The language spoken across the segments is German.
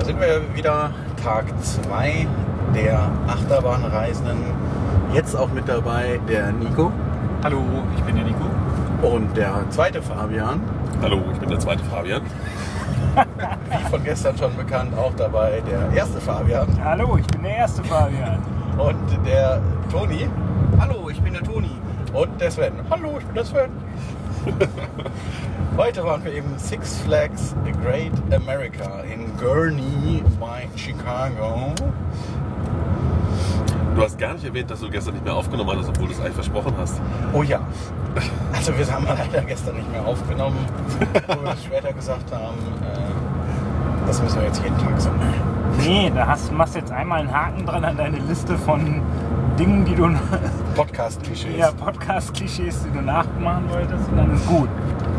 sind wir wieder, Tag 2 der Achterbahnreisenden. Jetzt auch mit dabei der Nico. Hallo, ich bin der Nico. Und der zweite Fabian. Hallo, ich bin der zweite Fabian. Wie von gestern schon bekannt, auch dabei der erste Fabian. Hallo, ich bin der erste Fabian. Und der Toni. Hallo, ich bin der Toni. Und der Sven. Hallo, ich bin der Sven. Heute waren wir eben Six Flags Great America in Gurnee bei Chicago. Du hast gar nicht erwähnt, dass du gestern nicht mehr aufgenommen hattest, obwohl du es eigentlich versprochen hast. Oh ja. Also wir haben leider gestern nicht mehr aufgenommen, wo wir das später gesagt haben. Das müssen wir jetzt jeden Tag so machen. Nee, machst jetzt einmal einen Haken dran an deine Liste von Dingen, die du... Podcast-Klischees. Ja, Podcast-Klischees, die du nachmachen wolltest, und dann ist gut.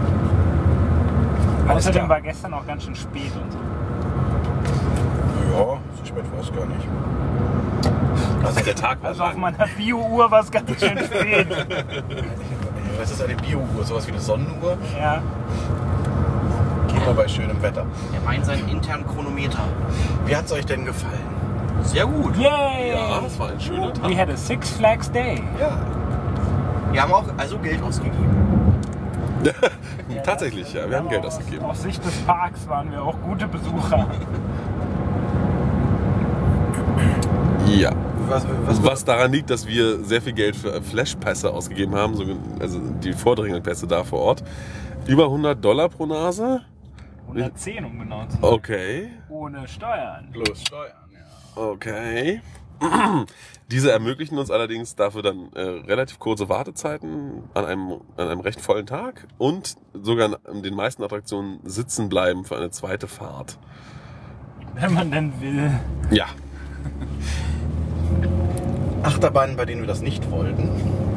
Außerdem war gestern auch ganz schön spät und so. Ja, so spät war es gar nicht. Also der Tag war Also auf lang. meiner Bio-Uhr war es ganz schön spät. Was ist eine Bio-Uhr? Sowas wie eine Sonnenuhr? Ja. Geht mal bei schönem Wetter. Er meint seinen internen Chronometer. Wie hat es euch denn gefallen? Sehr gut. Yay! Ja, das war ein schöner Tag. We had a Six Flags Day. Ja. Wir haben auch also Geld ausgegeben. Tatsächlich, ja, wir haben Geld ausgegeben. Aus Sicht des Parks waren wir auch gute Besucher. Ja. Was Was daran liegt, dass wir sehr viel Geld für Flashpässe ausgegeben haben, also die vordringenden Pässe da vor Ort. Über $100 pro Nase. 110 um genau zu sein. Okay, Ohne Steuern. Bloß Steuern, ja. okay. Diese ermöglichen uns allerdings dafür dann relativ kurze Wartezeiten an einem recht vollen Tag und sogar an den meisten Attraktionen sitzen bleiben für eine zweite Fahrt. Wenn man denn will. Ja. Achterbahnen, bei denen wir das nicht wollten.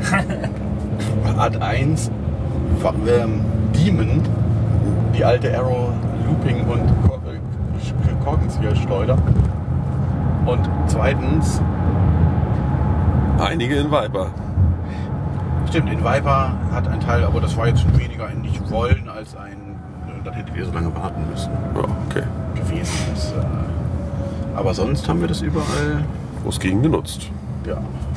Art 1, Demon, die alte Arrow Looping und Korkenzieher-Schleuder. Und zweitens, Einige in Viper. stimmt, in Viper hat ein Teil, aber das war jetzt schon weniger ein Nicht-Wollen als ein, dann hättet ihr so lange warten müssen Ja, okay. gewesen. Aber sonst haben wir das überall, Wo es ging, genutzt. ja.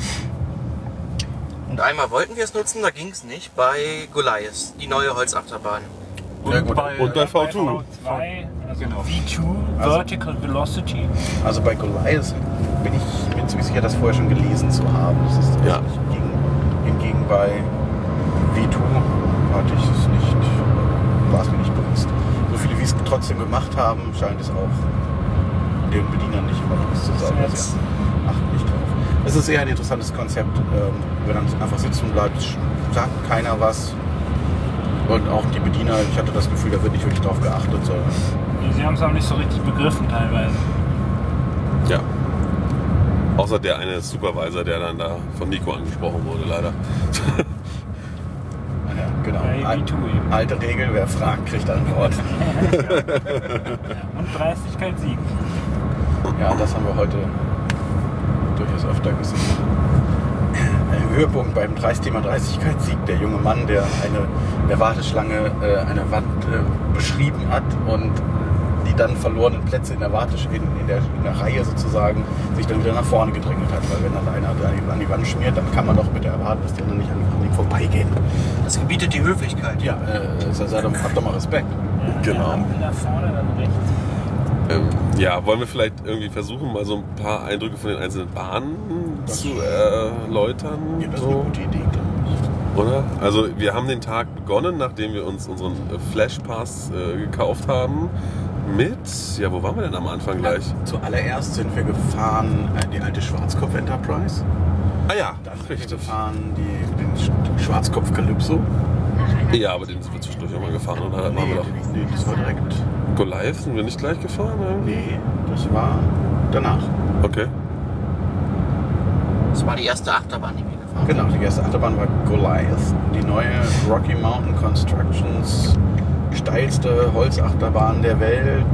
Und einmal wollten wir es nutzen, da ging es nicht, bei Goliath, die neue Holzachterbahn. Ja, gut. Und bei V2. V2, also Genau. V2, Also- Vertical Velocity. Also bei Goliath bin ich mir ziemlich sicher, das vorher schon gelesen zu haben. Das ist Ja. hingegen bei V2 hatte ich es nicht, war es mir nicht bewusst. So viele wie es trotzdem gemacht haben, scheint es auch den Bedienern nicht immer bewusst zu sein. Das ist Also ja, achten nicht drauf. Es ist eher ein interessantes Konzept, wenn man einfach sitzen bleibt, sagt keiner was. Und auch die Bediener, ich hatte das Gefühl, da wird nicht wirklich drauf geachtet, sondern Sie haben es auch nicht so richtig begriffen teilweise. Ja. Außer der eine Supervisor, der dann da von Nico angesprochen wurde, leider. ja, genau. Bei V2 eben. Alte Regel, wer fragt, kriegt Antwort. Und Dreistigkeit siegt. Ja, das haben wir heute durchaus öfter gesehen. Höhepunkt beim Thema Dreistigkeitssieg, der junge Mann, der in der Warteschlange eine Wand beschrieben hat und die dann verlorenen Plätze in der Reihe sozusagen sich dann wieder nach vorne gedrängelt hat. Weil wenn dann einer an die Wand schmiert, dann kann man doch bitte erwarten, dass die anderen nicht an ihm vorbeigehen. Das gebietet die Höflichkeit. Ja, habt doch mal Respekt. Genau. Ampel nach vorne, dann rechts. Ja, wollen wir vielleicht irgendwie versuchen, mal so ein paar Eindrücke von den einzelnen Bahnen zu erläutern? Ja, das ist so, eine gute Idee, glaube ich. oder? Also wir haben den Tag begonnen, nachdem wir uns unseren Flashpass gekauft haben. Ja, wo waren wir denn am Anfang gleich? Zuallererst sind wir gefahren die alte Schwarzkopf Enterprise. Ah ja, Dann sind wir richtig. gefahren den Schwarzkopf Calypso. Ja, aber den sind wir zwischendurch auch mal gefahren, oder? Da waren wir doch. Nee, das war direkt. Goliath sind wir nicht gleich gefahren? Oder? Nee, das war danach. Okay. Das war die erste Achterbahn, die wir gefahren Genau, die erste Achterbahn war Goliath. Die neue Rocky Mountain Constructions steilste Holzachterbahn der Welt.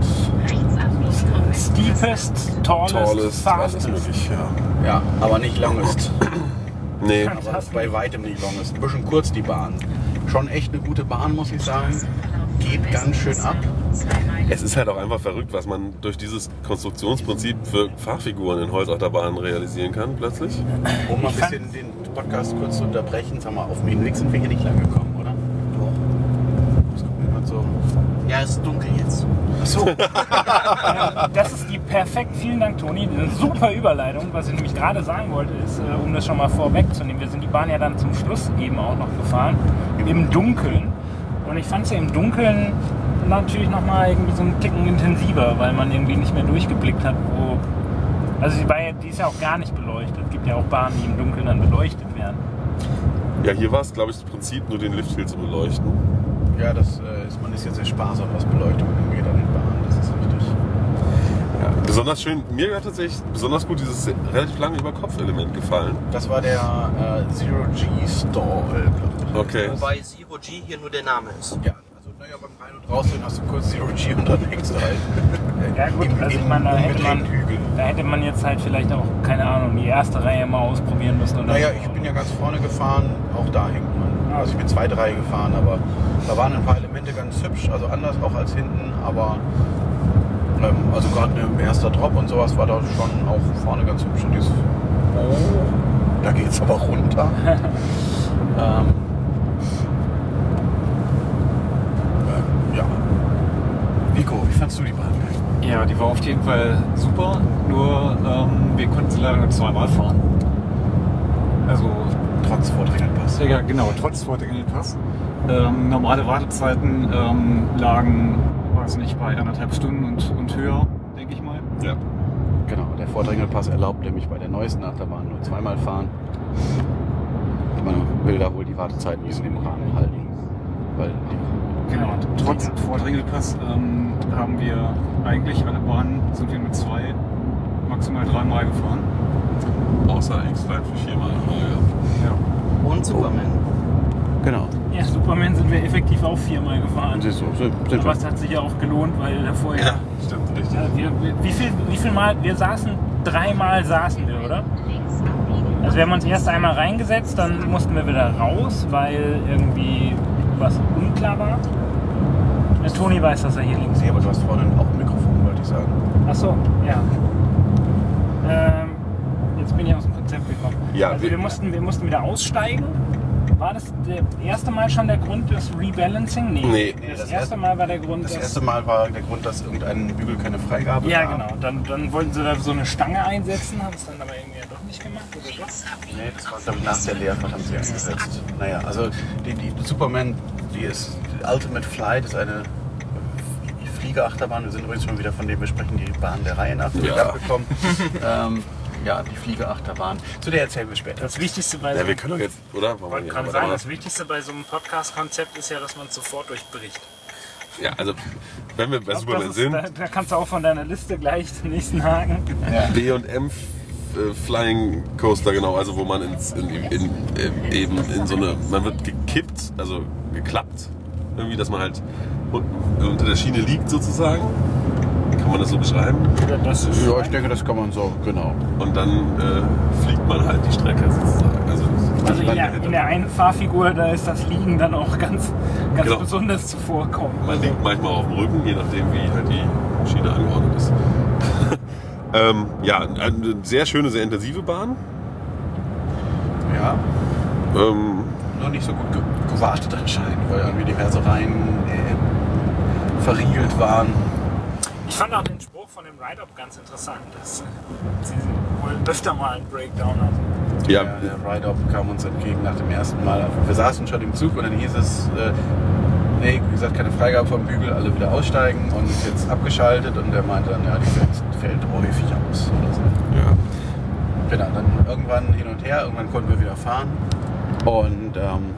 Steepest, tallest, alles fastest. möglich, ja. Ja, aber nicht longest. Nee, Aber bei weitem nicht longest. Ein bisschen kurz die Bahn. Schon echt eine gute Bahn, muss ich sagen. Geht ganz schön ab. Es ist halt auch einfach verrückt, was man durch dieses Konstruktionsprinzip für Fahrfiguren in Holzachterbahnen realisieren kann, plötzlich. Um mal ein bisschen den Podcast kurz zu unterbrechen, sag mal, auf dem Hinweg sind wir hier nicht lang gekommen, oder? Doch. Das gucken wir mal so. Ja, es ist dunkel jetzt. Achso. Das ist die perfekt, vielen Dank Toni, eine super Überleitung. Was ich nämlich gerade sagen wollte, ist, um das schon mal vorwegzunehmen, wir sind die Bahn ja dann zum Schluss eben auch noch gefahren, im Dunkeln. Und ich fand es ja im Dunkeln natürlich nochmal irgendwie so einen Ticken intensiver, weil man irgendwie nicht mehr durchgeblickt hat, wo... Also die ist ja auch gar nicht beleuchtet. Es gibt ja auch Bahnen, die im Dunkeln dann beleuchtet werden. Ja, hier war es, glaube ich, das Prinzip, nur den Lifthill zu beleuchten. Ja, man ist jetzt sehr sparsam, was Beleuchtung angeht an den Bahnen. Das ist richtig. Ja, besonders schön, mir hat tatsächlich besonders gut dieses relativ lange Überkopf-Element gefallen. Das war der Zero-G-Stall, glaube ich. Okay. Wobei Zero G hier nur der Name ist. Ja, also naja, beim Rein- und Rausgehen hast du kurz Zero-G und dann hängst du halt. Ja gut, also ich meine, da hätte man jetzt halt vielleicht auch, keine Ahnung, die erste Reihe mal ausprobieren müssen. Oder Naja, so. ich bin ja ganz vorne gefahren, auch da hängt man. Also ich bin 2, 3 gefahren, aber da waren ein paar Elemente ganz hübsch, also anders auch als hinten, aber also gerade im erster Drop und sowas war da schon auch vorne ganz hübsch. Und dieses, da geht's aber runter. Ja. Vico, wie fandst du die Bahn? Ja, die war auf jeden Fall super, nur wir konnten sie leider nur 2-mal fahren. Also, Trotz Vordringelpass. ja genau, trotz Vordringelpass. Normale Wartezeiten lagen, weiß nicht, bei 1,5 Stunden und höher, denke ich mal. Ja. Genau, der Vordringelpass erlaubt nämlich bei der neuesten Achterbahn nur 2-mal fahren. Man will da wohl die Wartezeiten ein bisschen im Rahmen halten. Weil Genau, trotz Vordringelpass haben wir eigentlich alle Bahnen, sind wir mit 2, maximal 3-mal gefahren. Außer X-Flight für 4-mal. Ja. Und Superman. genau. Ja, Superman sind wir effektiv auch 4-mal gefahren. Sind Aber es hat sich ja auch gelohnt, weil davor ja... Stimmt, richtig. Wie viel Mal? Wir saßen 3-mal saßen wir, oder? Also wir haben uns erst einmal reingesetzt, dann mussten wir wieder raus, weil irgendwie was unklar war. Der Toni weiß, dass er hier links Nee, aber du hast vorne auch ein Mikrofon, wollte ich sagen. Achso, ja. Jetzt bin ich aus dem Konzept gekommen. Ja, also wir mussten wieder aussteigen. War das der erste Mal schon der Grund des Rebalancing? Nee. Das erste Mal war der Grund, Das erste Mal war der Grund, dass irgendein Bügel keine Freigabe Ja, gab. genau. Dann wollten sie da so eine Stange einsetzen, haben es dann aber irgendwie doch nicht gemacht, oder was? Nee, das war glaube ich nach der Leerfahrt haben sie eingesetzt. Naja, also die Superman, die ist die Ultimate Flight, ist eine Fliegerachterbahn. Wir sind übrigens schon wieder von dem besprechen, die Bahn der Reihe nach abgekommen. Ja, die Fliegerachterbahn. Zu der erzählen wir später. Das Wichtigste bei Ja, wir können doch jetzt, oder? Ich wollte gerade sagen, das Wichtigste bei so einem Podcast-Konzept ist ja, dass man sofort durchbricht. Ja, also, wenn wir bei Superman sind, Da kannst du auch von deiner Liste gleich den nächsten Haken. B&M Flying Coaster, genau, also wo man eben in so eine, man wird gekippt, also geklappt, irgendwie, dass man halt unter der Schiene liegt sozusagen. Kann man das so beschreiben? Das ist Ja, ich denke, das kann man so, genau. Und dann fliegt man halt die Strecke sozusagen. Also in der einen Fahrfigur, da ist das Liegen dann auch ganz Genau. besonders zuvorkommen. Man liegt manchmal auf dem Rücken, je nachdem wie halt die Schiene angeordnet ist. Ja, eine sehr schöne, sehr intensive Bahn. Ja, noch nicht so gut gewartet anscheinend, weil irgendwie diverse Reihen verriegelt waren. Ich fand auch den Spruch von dem Ride-Up ganz interessant, dass sie wohl öfter mal einen Breakdown hatten. Ja, Der Ride-Up kam uns entgegen nach dem ersten Mal. Wir saßen schon im Zug und dann hieß es, nee, wie gesagt, keine Freigabe vom Bügel, alle wieder aussteigen und jetzt abgeschaltet. Und der meinte dann, ja, die fällt häufig aus oder so. ja. Genau, dann irgendwann hin und her, irgendwann konnten wir wieder fahren. Und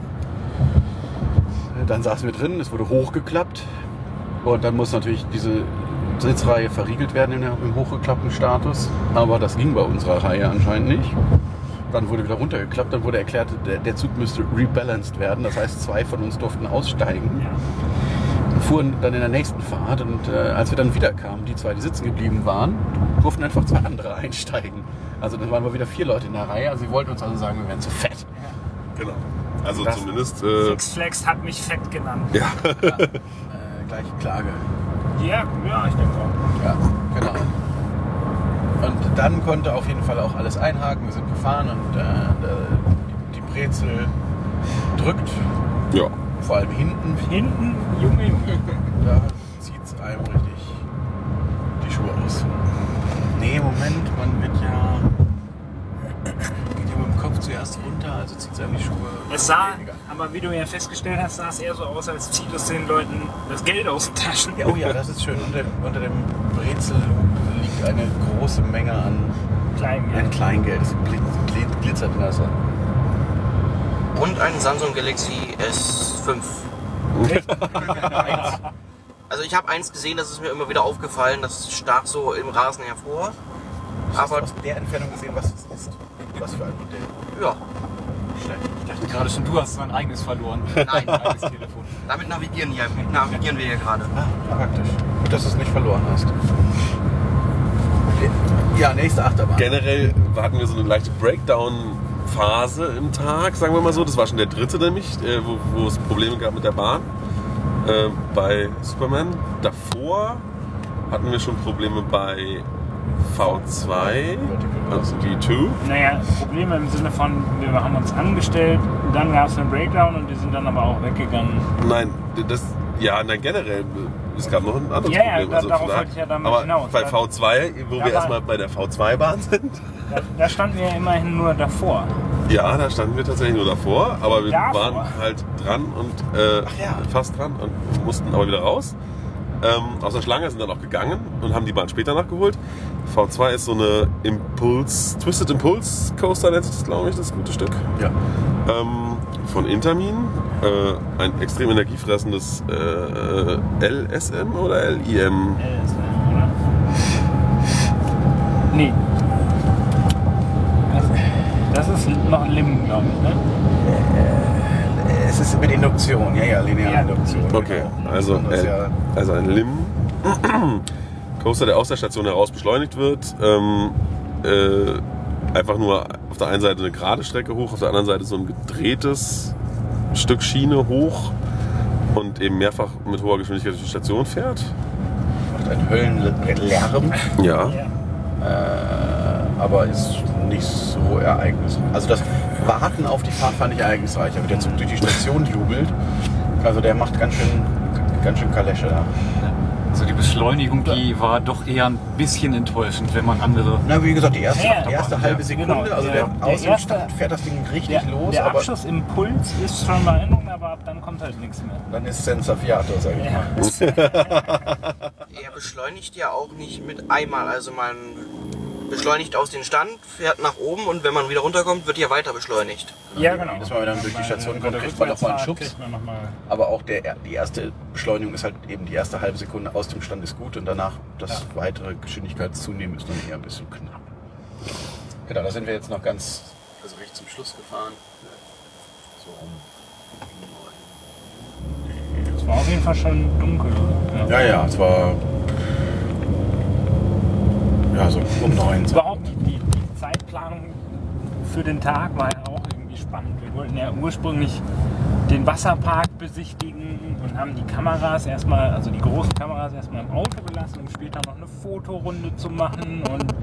dann saßen wir drin, es wurde hochgeklappt. Und dann muss natürlich diese Sitzreihe verriegelt werden im hochgeklappten Status. Aber das ging bei unserer Reihe anscheinend nicht. Dann wurde wieder runtergeklappt, dann wurde erklärt, der Zug müsste rebalanced werden. Das heißt, 2 von uns durften aussteigen. Ja. Fuhren dann in der nächsten Fahrt und als wir dann wieder kamen, die 2, die sitzen geblieben waren, durften einfach 2 andere einsteigen. Also dann waren wir wieder 4 Leute in der Reihe. Also sie wollten uns also sagen, wir wären zu fett. Genau. Also Das- zumindest. Six Flags hat mich fett genannt. Ja. Gleiche Klage. Ja, ich denke auch. Ja, genau. Und dann konnte auf jeden Fall auch alles einhaken. Wir sind gefahren und die Brezel drückt, Ja. vor allem hinten. Hinten, Junge. Da zieht es einem richtig die Schuhe aus. Nee, Moment, man wird ja... geht ja mit dem Kopf zuerst runter, also zieht es einem die Schuhe Es sah, weniger. aber wie du ja festgestellt hast, sah es eher so aus, als zieht es den Leuten das Geld aus den Taschen. Ja, oh ja, das ist schön. Unter dem Brezel liegt eine große Menge an Kleingeld. Das glitzert in der Sonne. Und ein Samsung Galaxy S5. Also ich habe eins gesehen, das ist mir immer wieder aufgefallen, das stach so im Rasen hervor. Hast du Aber aus der Entfernung gesehen, was es ist? Was für ein Modell? ja, Ich dachte gerade schon, du hast dein eigenes verloren. nein, Eigenes Telefon. damit navigieren wir hier gerade. Ah, praktisch. Gut, dass du es nicht verloren hast. Ja, nächste Achterbahn. Generell hatten wir so eine leichte Breakdown-Phase im Tag, sagen wir mal so. Das war schon der dritte nämlich, wo es Probleme gab mit der Bahn bei Superman. Davor hatten wir schon Probleme bei V2, also V2. Naja, Probleme im Sinne von, wir haben uns angestellt, dann gab es einen Breakdown und die sind dann aber auch weggegangen. Nein, generell, es gab noch ein anderes Ja, Problem. Also darauf wollte ich ja damit aber hinaus. bei V2, wo wir erstmal bei der V2-Bahn sind, Da standen wir ja immerhin nur davor. ja, da standen wir tatsächlich nur davor, aber wir Davor? waren halt dran und ja. fast dran und mussten aber wieder raus. Aus der Schlange sind dann auch gegangen und haben die Bahn später nachgeholt. V2 ist so eine Twisted Impulse Coaster, nennt sich das, glaube ich, das gute Stück. Ja. Von Intermin. Ein extrem energiefressendes LSM oder LIM? Oder? Nee. Das ist noch ein Lim, glaube ich, ne? Es ist mit Induktion, ja, lineare Ja. Induktion. Okay, also, Das ist ja also ein Lim. Coaster, der aus der Station heraus beschleunigt wird. Einfach nur auf der einen Seite eine gerade Strecke hoch, auf der anderen Seite so ein gedrehtes Stück Schiene hoch und eben mehrfach mit hoher Geschwindigkeit durch die Station fährt. macht einen Höllenlärm, Ja. aber ist nicht so ereignisreich. Also das Warten auf die Fahrt fand ich ereignisreich, aber der Zug durch die Station jubelt. Also der macht ganz schön Kalesche da. Also die Beschleunigung, die war doch eher ein bisschen enttäuschend, wenn man andere... Na, wie gesagt, die erste Ja, halbe Sekunde, genau. also Der aus dem erste- Start fährt das Ding richtig los, Der aber Abschussimpuls ist schon beeindruckend, aber ab dann kommt halt nichts mehr. dann ist Senza Fiato, sag ich mal. Er beschleunigt ja auch nicht mit einmal, also man beschleunigt aus den Stand, fährt nach oben und wenn man wieder runterkommt, wird ja weiter beschleunigt. Ja, genau. Jedes Mal, wenn man durch die Station Bei kommt, der kriegt man nochmal einen Rückwärtsfahrt Schubs. kriegt man noch mal- Aber auch die erste Beschleunigung ist halt eben die erste halbe Sekunde aus dem Stand ist gut und danach das weitere Geschwindigkeitszunehmen ist dann eher ein bisschen knapp. Genau, da sind wir jetzt noch ganz, also richtig zum Schluss gefahren. So um Es war auf jeden Fall schon dunkel. Ja, es war so um 9. Überhaupt die Zeitplanung für den Tag war ja auch irgendwie spannend. Wir wollten ja ursprünglich den Wasserpark besichtigen und haben die Kameras erstmal, also die großen Kameras erstmal im Auto gelassen, um später noch eine Fotorunde zu machen und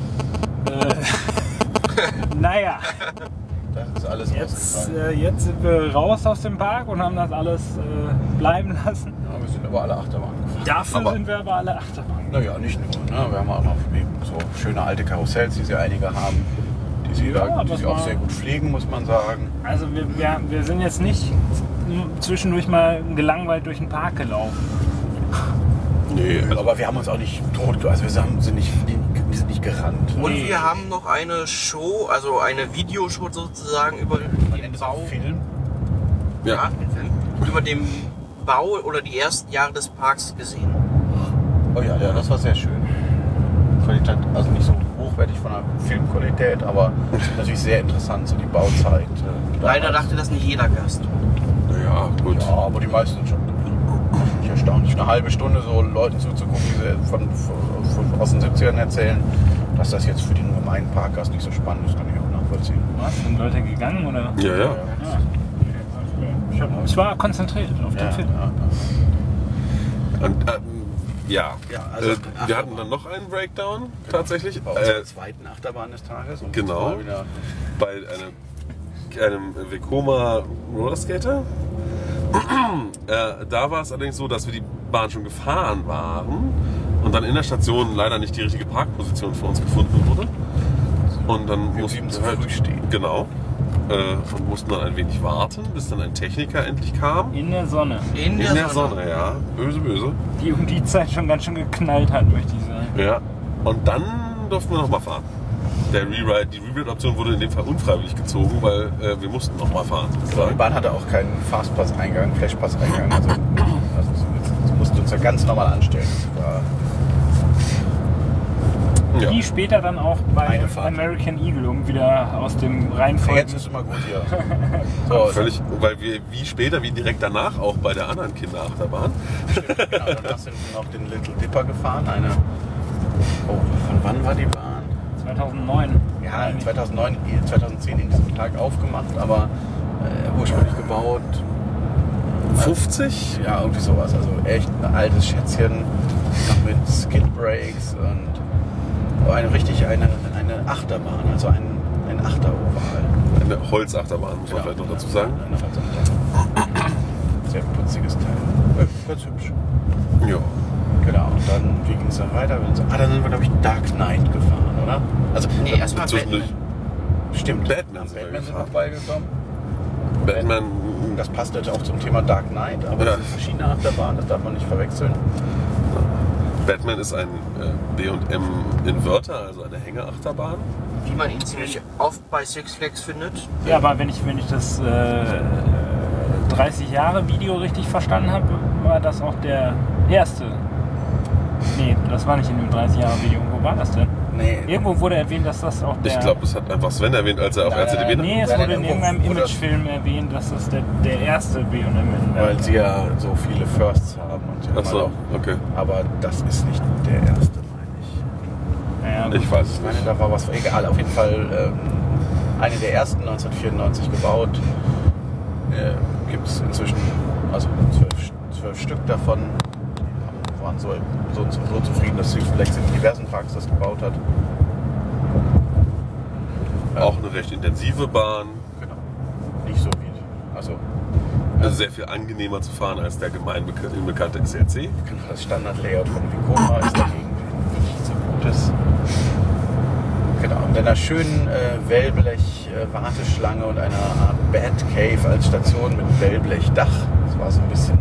naja, Das ist alles ausgefallen. jetzt sind wir raus aus dem Park und haben das alles bleiben lassen. Ja, wir sind aber alle Achterbahn gefahren. Dafür sind wir aber alle Achterbahn. Naja, nicht nur. Ne? Wir haben auch noch eben so schöne alte Karussells, die sie einige haben, die sie, Ja, die das sie auch war- sehr gut pflegen, muss man sagen. Also wir sind jetzt nicht zwischendurch mal gelangweilt durch den Park gelaufen. Nee, Aber wir haben uns auch nicht tot, also wir sind nicht gerannt. Und Nee. wir haben noch eine Show, also eine Videoshow sozusagen über den Bau. Film. ja. Den Film, über den Bau oder die ersten Jahre des Parks gesehen. Oh ja, das war sehr schön. Qualität, also nicht so hochwertig von der Filmqualität, aber natürlich sehr interessant, so die Bauzeit. Leider dachte das nicht jeder Gast. Ja, gut. Ja, aber die meisten sind schon nicht erstaunlich. Eine halbe Stunde so Leuten zuzugucken, die sie aus den 70ern erzählen, dass das jetzt für den gemeinen Parkgast nicht so spannend ist, kann ich auch nachvollziehen. Was? Sind Leute gegangen oder? Ja, ja. Ich war konzentriert auf den Film. Und, Ja, Ja, also wir hatten dann noch einen Breakdown tatsächlich. Bei unserer zweiten Achterbahn des Tages. Und Genau. mal wieder Bei einem Vekoma Rollerskater. Da war es allerdings so, dass wir die Bahn schon gefahren waren und dann in der Station leider nicht die richtige Parkposition für uns gefunden wurde. Und dann mussten zu früh stehen. Genau. Und mussten dann ein wenig warten, bis dann ein Techniker endlich kam. In der Sonne. In Der Sonne, ja. Böse, böse. Die um die Zeit schon ganz schön geknallt hat, möchte ich sagen. Ja. Und dann durften wir nochmal fahren. Die Reride-Option wurde in dem Fall unfreiwillig gezogen, weil wir mussten nochmal fahren. Die Bahn hatte auch keinen Fastpass-Eingang, Flashpass-Eingang. Also das mussten wir uns ja ganz normal anstellen. Das war Ja. Die später dann auch bei Eine Fahrt. American Eagle, um wieder aus dem Reihenfolge. jetzt ist immer gut hier. So, Völlig, weil wir wie direkt danach auch bei der anderen Kinderachterbahn. genau, danach sind wir noch den Little Dipper gefahren. Von wann war die Bahn? 2009. Ja, 2009, 2010 in diesem Tag aufgemacht, aber ursprünglich gebaut. 50? Ja, irgendwie sowas. Also echt ein altes Schätzchen noch mit Skid Brakes und eine Achterbahn, also ein Achteroval. Eine Holzachterbahn, muss man vielleicht noch dazu sagen. Eine Holzachterbahn. Sehr putziges Teil. Ganz hübsch. Ja. Genau, und dann, wie ging es dann weiter? Dann sind wir, glaube ich, Dark Knight gefahren, oder? Also, Nee, erstmal Zwischendurch. stimmt. Batman sind wir Batman sind wir gefahren. vorbeigekommen. Batman. Das passt jetzt auch zum Thema Dark Knight, aber Ja. das sind verschiedene Achterbahnen, das darf man nicht verwechseln. Batman ist ein B&M Inverter, also eine Hängeachterbahn. Wie man ihn ziemlich oft bei Six Flags findet. Ja, aber wenn ich das 30 Jahre Video richtig verstanden habe, war das auch der erste. Nee, das war nicht in dem 30 Jahre Video. Wo war das denn? Nee, Irgendwo wurde erwähnt, dass das auch der... Ich glaube, das hat einfach Sven erwähnt, als er auf Nein, RCDB Nee, es Nein, wurde in nein, irgendeinem wo das- Imagefilm erwähnt, dass das der erste B&M weil sie ja so viele Firsts haben. Und sie haben Achso, halt okay. auch, aber das ist nicht der erste, meine ich. Naja, Ich weiß es Ich meine, nicht. da war was, egal, auf jeden Fall eine der ersten, 1994 gebaut. Gibt es inzwischen, also 12 Stück davon. Die waren so zufrieden, dass Six Flags in diversen Parks das gebaut hat. Auch eine recht intensive Bahn. Genau. Nicht so wie, also Also sehr viel angenehmer zu fahren als der bekannte SLC. das Standard-Layout von Vekoma ist dagegen nicht so gutes. Genau, mit einer schönen Wellblech-Warteschlange und einer Art Batcave als Station mit Wellblechdach. Das war so ein bisschen,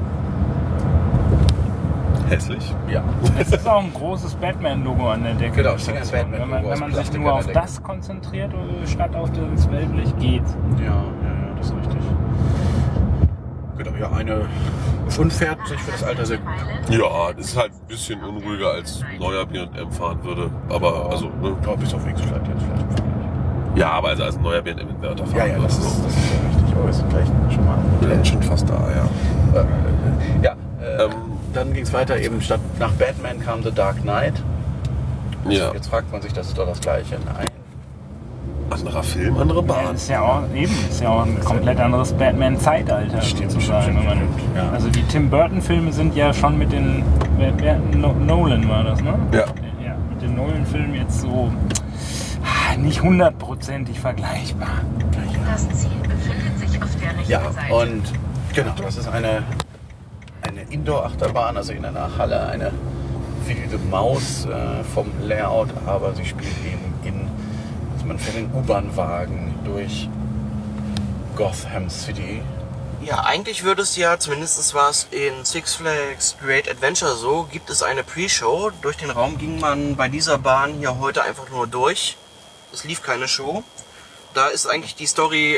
Hässlich. ja. es ist auch ein großes Batman-Logo an der Decke. Genau, es ist ein Batman-Logo Wenn aus man sich Plastik nur an auf der Decke. das konzentriert statt auf das Wellblech geht. Ja, das ist richtig. Genau, ja, und fährt sich für das Alter sehr gut. Ja, das ist halt ein bisschen unruhiger als ein neuer B&M fahren würde. Aber also, ne? Ja, bis auf X-Flight jetzt vielleicht. Ja, aber also als ein neuer B&M Inverter fahren Ja, würde. das ist ja richtig. Oh, wir sind gleich schon mal. Wir sind schon fast da, ja. Dann ging es weiter, eben statt nach Batman kam The Dark Knight. Ja. Jetzt fragt man sich, das ist doch das Gleiche. Nein. Anderer Film, andere Ja, Bahn. ist ja auch ein komplett anderes Batman-Zeitalter sozusagen. Wenn man, ja. Also die Tim Burton-Filme sind ja schon mit den Nolan war das, ne? Ja. Ja, mit den Nolan-Filmen jetzt so nicht hundertprozentig vergleichbar. Das Ziel befindet sich auf der rechten Ja, Seite. und genau, das ist eine Indoor-Achterbahn, also in einer Halle, eine wilde Maus vom Layout, aber sie spielt eben also man fährt in U-Bahn-Wagen durch Gotham City. Ja, eigentlich würde es ja, zumindest war es in Six Flags Great Adventure so, gibt es eine Pre-Show. Durch den Raum ging man bei dieser Bahn hier heute einfach nur durch. Es lief keine Show. Da ist eigentlich die Story,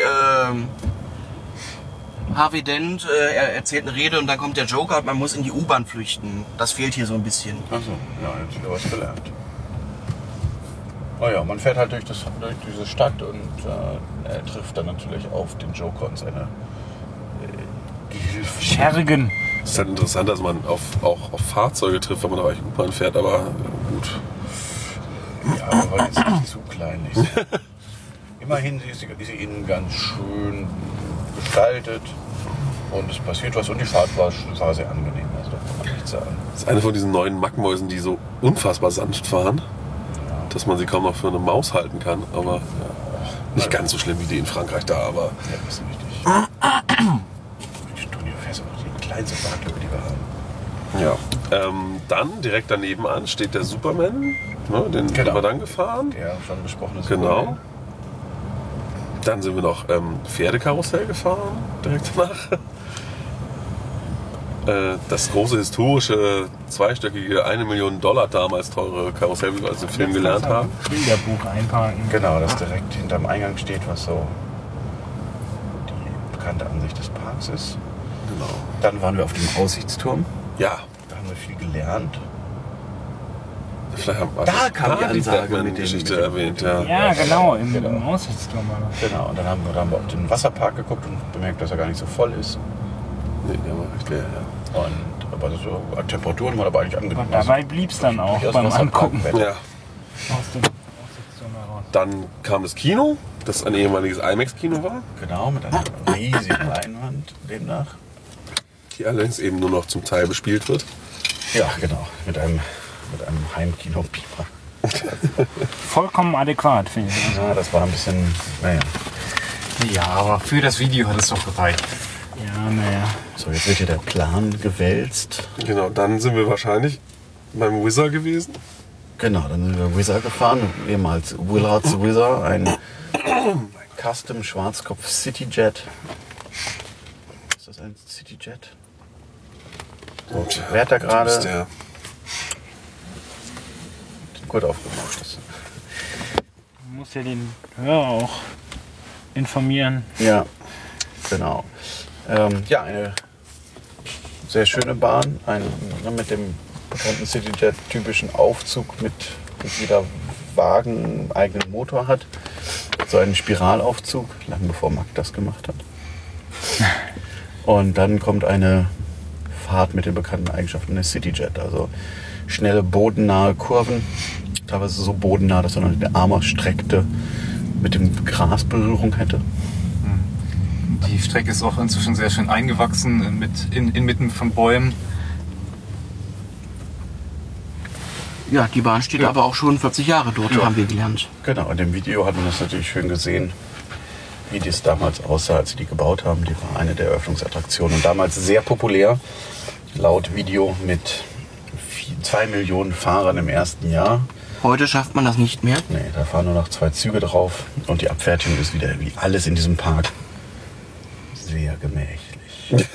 Harvey Dent, er erzählt eine Rede und dann kommt der Joker und man muss in die U-Bahn flüchten. Das fehlt hier so ein bisschen. Achso, ja, jetzt wieder was gelernt. Oh ja, man fährt halt durch diese Stadt und er trifft dann natürlich auf den Joker und seine Gehilfen. Schergen. Es ist halt interessant, dass man auch auf Fahrzeuge trifft, wenn man auf U-Bahn fährt, aber gut. Ja, aber jetzt nicht zu kleinlich. Immerhin ist sie innen ganz schön gestaltet und es passiert was und die Fahrt war sehr angenehm. Also da kann man nichts Schicksal. Das ist eine von diesen neuen Mackmäusen, die so unfassbar sanft fahren, dass man sie kaum noch für eine Maus halten kann. Aber nicht ganz so schlimm wie die in Frankreich da, aber... Ja, das ist richtig. Du fährst auch die kleinste Fahrtlücke, die wir haben. Ja. Dann direkt daneben an steht der Superman, ne, den sind wir dann gefahren. Der schon besprochene Genau. Superman. Dann sind wir noch Pferdekarussell gefahren, direkt danach. Das große historische, zweistöckige, $1 Million damals teure Karussell, wie wir aus dem Film gelernt haben. Bilderbuch einparken. Genau, das direkt hinterm Eingang steht, was so die bekannte Ansicht des Parks ist. Genau. Dann waren wir auf dem Aussichtsturm. Ja, Da haben wir viel gelernt. vielleicht haben wir Da kam die Ansage Batman-Geschichte mit dem- erwähnt, ja. Ja, genau, im Aussichtsturm war das. Genau, und dann haben wir auch den Wasserpark geguckt und bemerkt, dass er gar nicht so voll ist. Nee, der war recht leer, ja. Aber das so, Temperaturen waren aber eigentlich angenehm. Und dabei blieb es dann auch Durchaus beim Angucken Wasserparkwetter. Ja. aus dem Aussichtsturm heraus. Dann kam das Kino, das ein ehemaliges IMAX-Kino war, Genau, mit einer riesigen Leinwand demnach. die allerdings eben nur noch zum Teil bespielt wird. Ja, genau, mit einem Heimkino-Pieper. Vollkommen adäquat, finde ich. Ja, das war ein bisschen, naja. Ja, aber für das Video hat es doch gereicht. Ja, naja. So, jetzt wird hier der Plan gewälzt. Genau, dann sind wir wahrscheinlich beim Whizzer gewesen. Genau, dann sind wir Whizzer gefahren, ehemals Willard's Whizzer, ein Custom Schwarzkopf Cityjet. Ist das ein Cityjet? So, wer hat da Du bist gerade der. gut aufgemacht? Das- Man muss ja den Hörer auch informieren. Ja, genau. Ja, eine sehr schöne Bahn, mit dem bekannten Cityjet-typischen Aufzug, mit jeder Wagen einen eigenen Motor hat. So einen Spiralaufzug, lang bevor Mack das gemacht hat. Und dann kommt eine Fahrt mit den bekannten Eigenschaften des Cityjet, also schnelle, bodennahe Kurven, teilweise so bodennah, dass man den Arm ausstreckte, mit dem Gras Berührung hätte. Die Strecke ist auch inzwischen sehr schön eingewachsen, inmitten von Bäumen. Ja, die Bahn steht aber auch schon 40 Jahre dort, haben wir gelernt. Genau, in dem Video hat man das natürlich schön gesehen, wie das damals aussah, als sie die gebaut haben. Die war eine der Eröffnungsattraktionen und damals sehr populär, laut Video mit 2 Millionen Fahrern im ersten Jahr. Heute schafft man das nicht mehr. Nee, da fahren nur noch 2 Züge drauf und die Abfertigung ist wieder wie alles in diesem Park sehr gemächlich.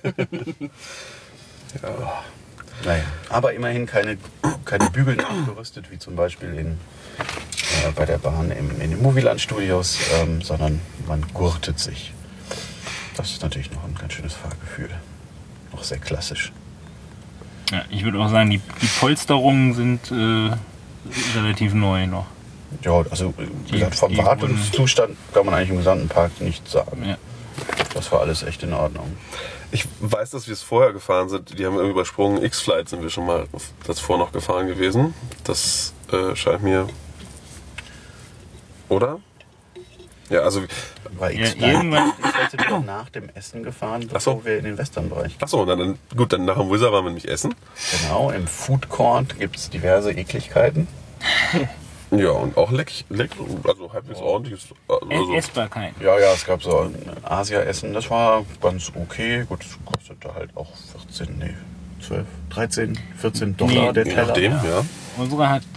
Ja. Naja, aber immerhin keine Bügel nachgerüstet, wie zum Beispiel bei der Bahn in den Movieland Studios, sondern man gurtet sich. Das ist natürlich noch ein ganz schönes Fahrgefühl. Noch sehr klassisch. Ja, ich würde auch sagen, die Polsterungen sind relativ neu noch. Ja, also wie gesagt, vom die Wartungszustand kann man eigentlich im gesamten Park nichts sagen. Ja. Das war alles echt in Ordnung. Ich weiß, dass wir es vorher gefahren sind. Die haben wir übersprungen. X-Flight sind wir schon mal davor noch gefahren gewesen. Das scheint mir... Oder? Ja, also... War Ja, X-Flight irgendwann- sind wir nach dem Essen gefahren, Ach so. bevor wir in den Westernbereich. Achso, dann gut, dann nach dem Whizzer waren wir nämlich essen. Genau, im Food Court gibt es diverse Ekligkeiten. Ja, und auch also halbwegs ordentliches... Also, Essbarkeit. Ja, es gab so ein Asia-Essen, das war ganz okay. Gut, das kostete halt auch 13, $14 Nee, der je Teller. nachdem, ja. Unsere hat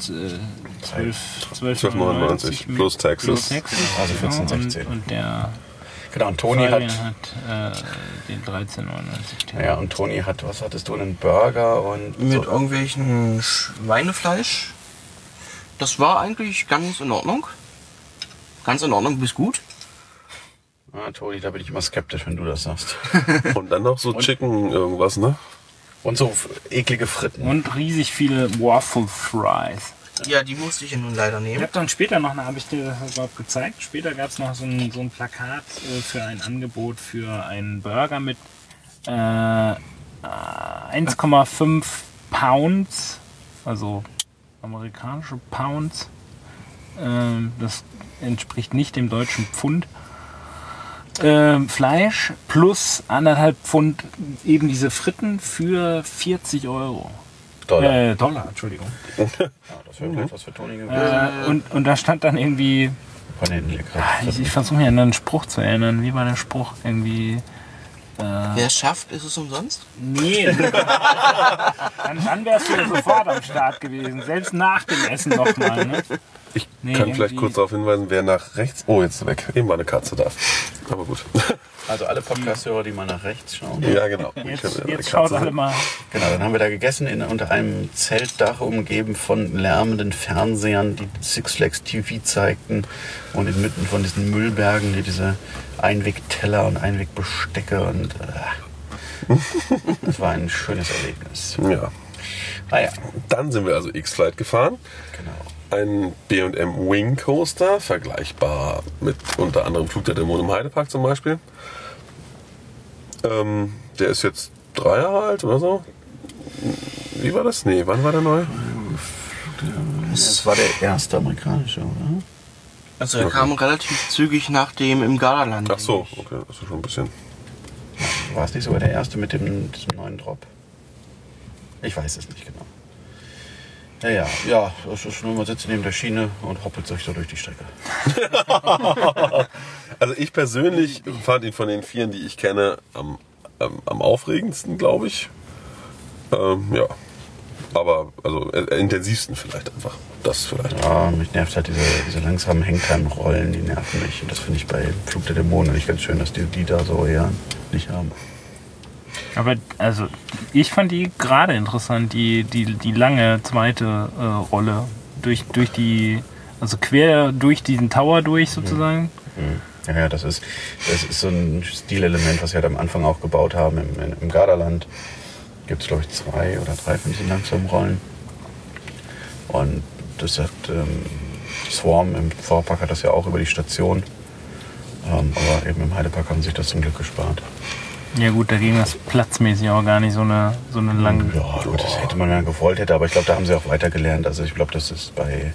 12,99 plus Taxes. Also 14, 16. Und der Genau, und Toni Fabian hat... hat den 13,99. Ja, und Toni hat, was hattest du, einen Burger und... Mit so. irgendwelchen Schweinefleisch. Das war eigentlich ganz in Ordnung. Ganz in Ordnung bis gut. Ah, Toni, da bin ich immer skeptisch, wenn du das sagst. Und dann noch so Chicken irgendwas, ne? Und so eklige Fritten. Und riesig viele Waffle Fries. Ja, die musste ich ja nun leider Ich nehmen. habe dann später noch, habe ich dir das überhaupt gezeigt, später gab es noch so ein Plakat für ein Angebot für einen Burger mit 1,5 Pounds, also amerikanische Pounds. Das entspricht nicht dem deutschen Pfund. Fleisch plus 1,5 Pfund eben diese Fritten für 40 Euro. Dollar, Entschuldigung. Ja, das wäre vielleicht was für Toni gewesen. Und da stand dann irgendwie, Panenenlecker. ich versuche mich an einen Spruch zu erinnern. Wie war der Spruch? Irgendwie... Wer es schafft, ist es umsonst? Nee. dann wärst du ja sofort am Start gewesen. Selbst nach dem Essen nochmal. Ne? Ich Nee, kann vielleicht irgendwie- kurz darauf hinweisen, wer nach rechts... Oh, jetzt ist er weg. Eben war eine Katze da. Aber gut. Also alle Podcast-Hörer, die mal nach rechts schauen. Ja, genau. Jetzt schaut alle mal. Genau, dann haben wir da gegessen unter einem Zeltdach, umgeben von lärmenden Fernsehern, die Six Flags TV zeigten und inmitten von diesen Müllbergen, die diese Einwegteller und Einwegbestecke und das war ein schönes Erlebnis. Ja. Naja, Dann sind wir also X-Flight gefahren. genau. Ein B&M Wing Coaster, vergleichbar mit unter anderem Flug der Dämonen im Heidepark zum Beispiel. Der ist jetzt 3 Jahre alt oder so. Wie war das? Nee, wann war der neu? Das war der erste amerikanische, oder? Also er kam relativ zügig nach dem im Gardaland. Ach so, okay, das ist schon ein bisschen. War es nicht sogar der erste mit diesem neuen Drop? Ich weiß es nicht genau. Ja, das ist nur, man sitzt neben der Schiene und hoppelt sich so durch die Strecke. Also ich persönlich fand ihn von den 4, die ich kenne, am aufregendsten, glaube ich. Ja. Aber also intensivsten vielleicht einfach. Das vielleicht. Ja, mich nervt halt diese langsamen Hangtime-Rollen, die nerven mich. Und das finde ich bei Flug der Dämonen nicht ganz schön, dass die da so eher nicht haben. Aber also ich fand die gerade interessant, die lange zweite Rolle durch die, also quer durch diesen Tower durch sozusagen. Ja, das ist so ein Stilelement, was wir halt am Anfang auch gebaut haben im Gardaland. Gibt es, glaube ich, 2 oder 3 von diesen langsamen Rollen. Und das hat Swarm im Vorpark hat das ja auch über die Station. Aber eben im Heidepark haben sie sich das zum Glück gespart. Ja gut, da ging das platzmäßig auch gar nicht so eine lange. Ja, gut, das hätte man ja gewollt hätte, aber ich glaube, da haben sie auch weiter gelernt. Also ich glaube, das ist bei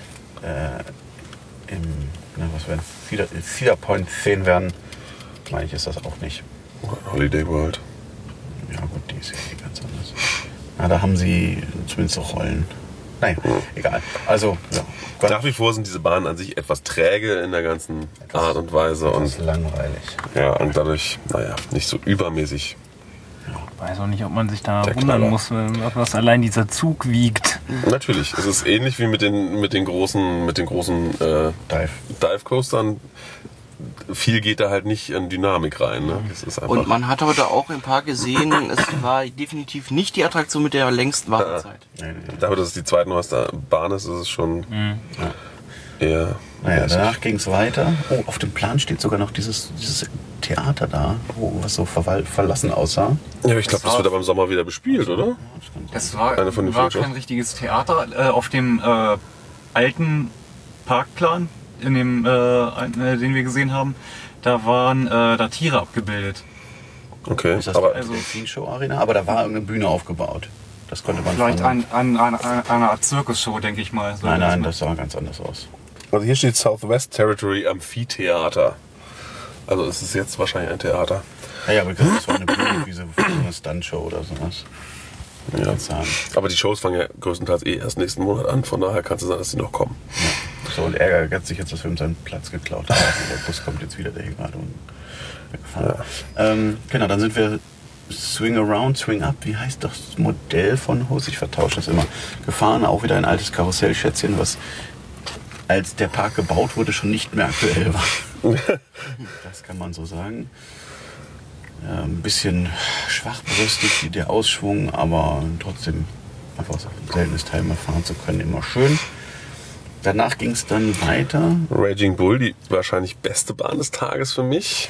Cedar Point 10 werden, meine ich, ist das auch nicht. Holiday World. Ja gut, die ist ja eh ganz anders. Na, da haben sie zumindest auch Rollen. Naja, egal. Also, ja. Gott, Nach wie vor sind diese Bahnen an sich etwas träge in der ganzen Art und Weise. das Und ist langweilig. ja, und dadurch, naja, nicht so übermäßig. Ich weiß auch nicht, ob man sich da Der wundern Knaller. muss, was allein dieser Zug wiegt. Natürlich, es ist ähnlich wie mit den großen Dive Coastern. Viel geht da halt nicht an Dynamik rein. Ne? Das ist einfach, Und man hat heute auch im Park gesehen, es war definitiv nicht die Attraktion mit der längsten Wartezeit. Nee. dafür, dass es die zweitneueste Bahn ist, ist es schon eher. Naja, danach ging es weiter. Oh, auf dem Plan steht sogar noch dieses Theater da, was so verlassen aussah. Ja, ich glaube, das wird aber im Sommer wieder bespielt, oder? Das war, Eine von den war Features. kein richtiges Theater. Auf dem alten Parkplan, in dem, den wir gesehen haben, da waren da Tiere abgebildet. Okay, Ist das aber die Delfin-Show Arena? Aber da war irgendeine Bühne aufgebaut. Das konnte man Vielleicht von- an einer Art Zirkusshow, denke ich mal. So Nein, das sah ganz anders aus. also hier steht Southwest Territory Amphitheater. Also es ist jetzt wahrscheinlich ein Theater. Ja, aber das war eine Bühne, wie so eine Stuntshow oder sowas. Ja. Ja. Sagen. Aber die Shows fangen ja größtenteils erst nächsten Monat an, von daher kann es sein, dass sie noch kommen. So, und er ärgert sich jetzt, dass wir ihm seinen Platz geklaut haben. Der Bus kommt jetzt wieder, der hier gerade weggefahren. Genau, dann sind wir Swing Around, Swing Up. Wie heißt das Modell von Hus? Ich vertausche das immer. Gefahren, auch wieder ein altes Karussellschätzchen, was als der Park gebaut wurde, schon nicht mehr aktuell war. Das kann man so sagen. Ein bisschen schwachbrüstig, der Ausschwung, aber trotzdem einfach so ein seltenes Teil mal fahren zu können, immer schön. Danach ging es dann weiter. Raging Bull, die wahrscheinlich beste Bahn des Tages für mich.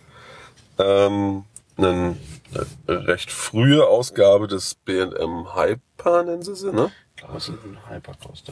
Eine recht frühe Ausgabe des B&M Hyper, nennen sie sie, ne? Draußen ein Hypercoaster.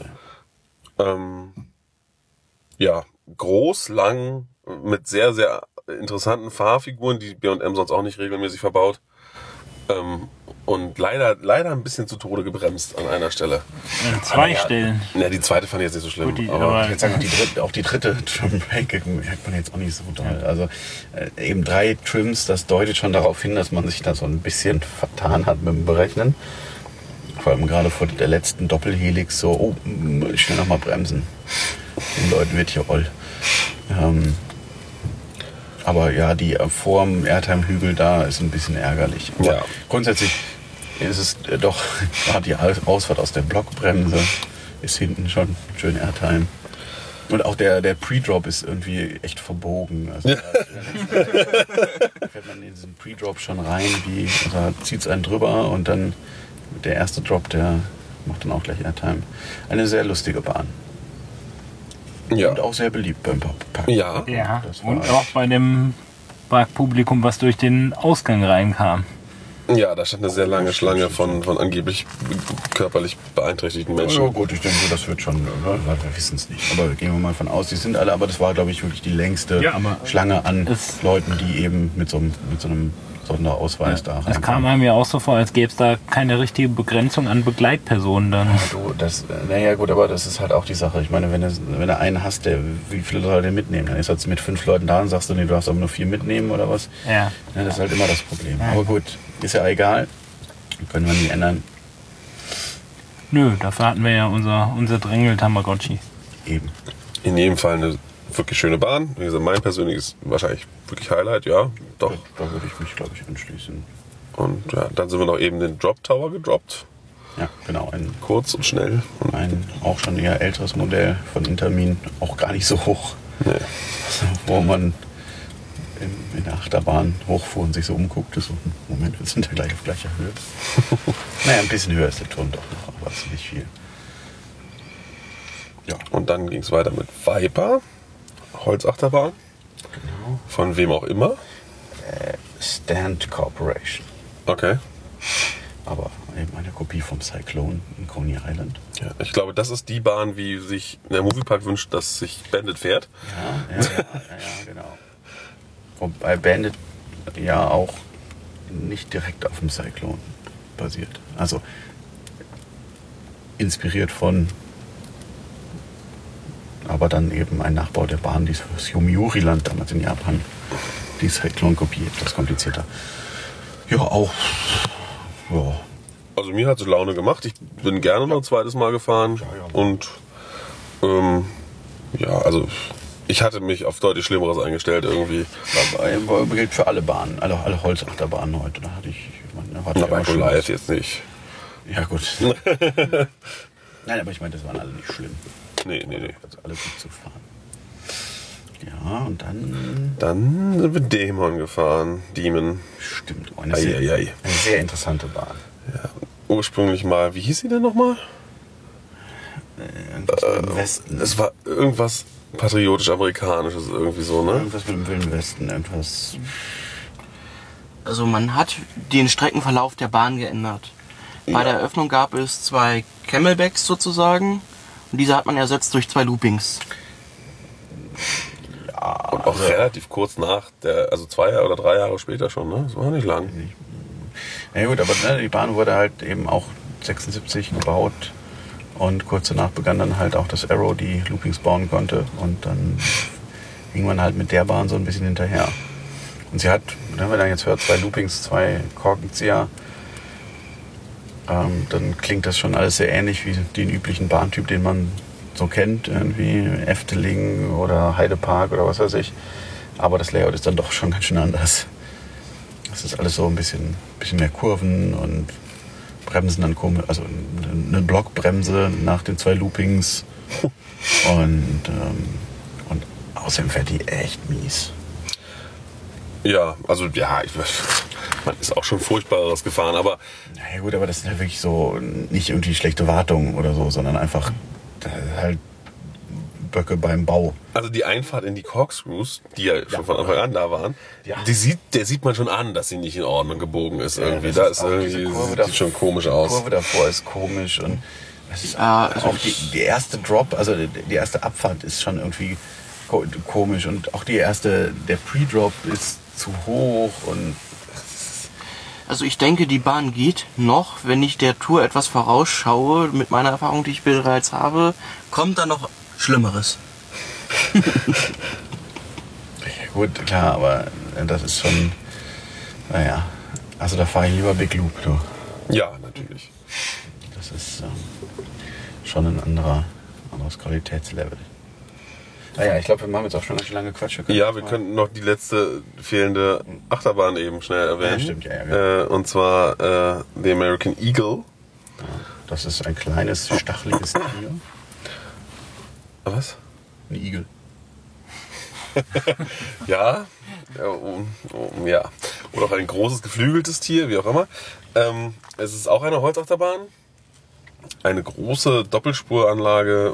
Ja, groß, lang, mit sehr, sehr interessanten Fahrfiguren, die B&M sonst auch nicht regelmäßig verbaut. Und leider ein bisschen zu Tode gebremst an einer Stelle. An 2 Stellen. Ja, die zweite fand ich jetzt nicht so schlimm. Gut, aber Ich würde sagen, auch die dritte Trim merkt man jetzt auch nicht so doll. Also eben 3 Trims, das deutet schon darauf hin, dass man sich da so ein bisschen vertan hat mit dem Berechnen. Vor allem gerade vor der letzten Doppelhelix so, schnell nochmal bremsen. Den Leuten wird hier roll. Aber ja, die vorm Airtime-Hügel da ist ein bisschen ärgerlich. Aber Ja. grundsätzlich ist es doch, gerade die Ausfahrt aus der Blockbremse ist hinten schon schön Airtime. Und auch der Pre-Drop ist irgendwie echt verbogen. Also da fährt man in diesen Pre-Drop schon rein, da zieht es einen drüber und dann der erste Drop, der macht dann auch gleich Airtime. Eine sehr lustige Bahn. ja. Und auch sehr beliebt beim Park. Ja. Ja, Das war und echt- auch bei dem Parkpublikum, was durch den Ausgang reinkam. Ja, da stand eine sehr lange Schlange von angeblich körperlich beeinträchtigten Menschen. Ja gut, ich denke, das wird schon, oder? Wir wissen es nicht. Aber gehen wir mal von aus, die sind alle, aber das war, glaube ich, wirklich die längste Ja, aber Schlange an es- Leuten, die eben mit so einem Sonderausweis da Es kam einem ja auch so vor, als gäbe es da keine richtige Begrenzung an Begleitpersonen dann. Naja gut, aber das ist halt auch die Sache. Ich meine, wenn du einen hast, wie viele soll der mitnehmen? Dann ist er mit 5 Leuten da und sagst du, nee, du darfst aber nur 4 mitnehmen oder was? Ja. Ja, das ist halt immer das Problem. Aber gut, ist ja egal. Können wir nie ändern. Nö, dafür hatten wir ja unser Drängel Tamagotchi. Eben. In jedem Fall eine wirklich schöne Bahn. Wie gesagt, mein persönliches wahrscheinlich wirklich Highlight, ja, doch. Da würde ich mich, glaube ich, anschließen. Und ja, dann sind wir noch eben den Drop Tower gedroppt. Ja, genau. Kurz und schnell. Und Ein auch schon eher älteres Modell von Intermin, auch gar nicht so hoch, nee. wo man in der Achterbahn hochfuhr und sich so umguckte. So, Moment, wir sind ja gleich auf gleicher Höhe. Naja, ein bisschen höher ist der Turm doch noch, aber es ist nicht viel. Ja, Und dann ging es weiter mit Viper, Holzachterbahn. genau. Von wem auch immer. Stand Corporation. Okay. Aber eben eine Kopie vom Cyclone in Coney Island. Ja, ich glaube, das ist die Bahn, wie sich der Moviepark wünscht, dass sich Bandit fährt. Ja, genau. Wobei Bandit ja auch nicht direkt auf dem Cyclone basiert. Also inspiriert von, aber dann eben ein Nachbau der Bahn, die fürs Yomiuri-Land damals in Japan, die Cyclone Kopie, etwas komplizierter. Ja, auch. Ja. Also mir hat es Laune gemacht. Ich bin gerne noch ein zweites Mal gefahren. Und ja, also ich hatte mich auf deutlich Schlimmeres eingestellt irgendwie. Aber gilt für alle Bahnen, alle Holzachterbahnen heute. Da hatte ich, Na, bei Goliath jetzt nicht. Ja, gut. Nein, aber ich meine, das waren alle nicht schlimm. Nee. Also alle gut zu fahren. Ja, und dann. Dann sind wir Dämon gefahren. Demon. Stimmt, Ei. eine sehr interessante Bahn. Ursprünglich mal, wie hieß sie denn nochmal? Irgendwas mit dem Westen. Es war irgendwas patriotisch-amerikanisches irgendwie so, ne? Irgendwas mit dem Wilden Westen. Irgendwas. Also man hat den Streckenverlauf der Bahn geändert. Bei der Eröffnung gab es 2 Camelbacks sozusagen und diese hat man ersetzt durch 2 Loopings. Und auch relativ kurz nach der, also 2 oder 3 Jahre später schon, ne? Das war nicht lang. Ja gut, aber die Bahn wurde halt eben auch 76 gebaut und kurz danach begann dann halt auch das Arrow, die Loopings bauen konnte und dann ging man halt mit der Bahn so ein bisschen hinterher. Und sie hat, wenn man dann jetzt hört, 2 Loopings, 2 Korkenzieher, dann klingt das schon alles sehr ähnlich wie den üblichen Bahntyp, den man so kennt, irgendwie Efteling oder Heidepark oder was weiß ich. Aber das Layout ist dann doch schon ganz schön anders. Es ist alles so ein bisschen mehr Kurven und Bremsen dann komisch, also eine Blockbremse nach den 2 Loopings und außerdem fährt die echt mies. Ja, also ja, man ist auch schon Furchtbareres gefahren, aber Na ja gut, aber das ist halt wirklich so nicht irgendwie schlechte Wartung oder so, sondern einfach halt Böcke beim Bau. also die Einfahrt in die Corkscrews, die ja schon von Anfang an da waren, Ja. der sieht man schon an, dass sie nicht in Ordnung gebogen ist irgendwie. das Da ist ist auch irgendwie, diese Kurve sieht da- schon komisch aus. Die Kurve davor ist komisch und es ist also auch die erste Drop, also die erste Abfahrt ist schon irgendwie komisch und auch der Pre-Drop ist zu hoch und Also ich denke, die Bahn geht noch, wenn ich der Tour etwas vorausschaue. Mit meiner Erfahrung, die ich bereits habe, kommt da noch Schlimmeres. Gut, klar, aber das ist schon, naja, also da fahre ich lieber Big Loop, du. Ja, natürlich. Das ist schon ein anderes Qualitätslevel. Naja, ich glaube, wir machen jetzt auch schon ganz schön lange Quatsch. Ja, wir könnten noch die letzte fehlende Achterbahn eben schnell erwähnen. Ja, stimmt, ja. Und zwar The American Eagle. Ja, das ist ein kleines, stacheliges Tier. Was? Ein Igel. Ja. Ja. Oder auch ein großes, geflügeltes Tier, wie auch immer. Es ist auch eine Holzachterbahn. Eine große Doppelspuranlage,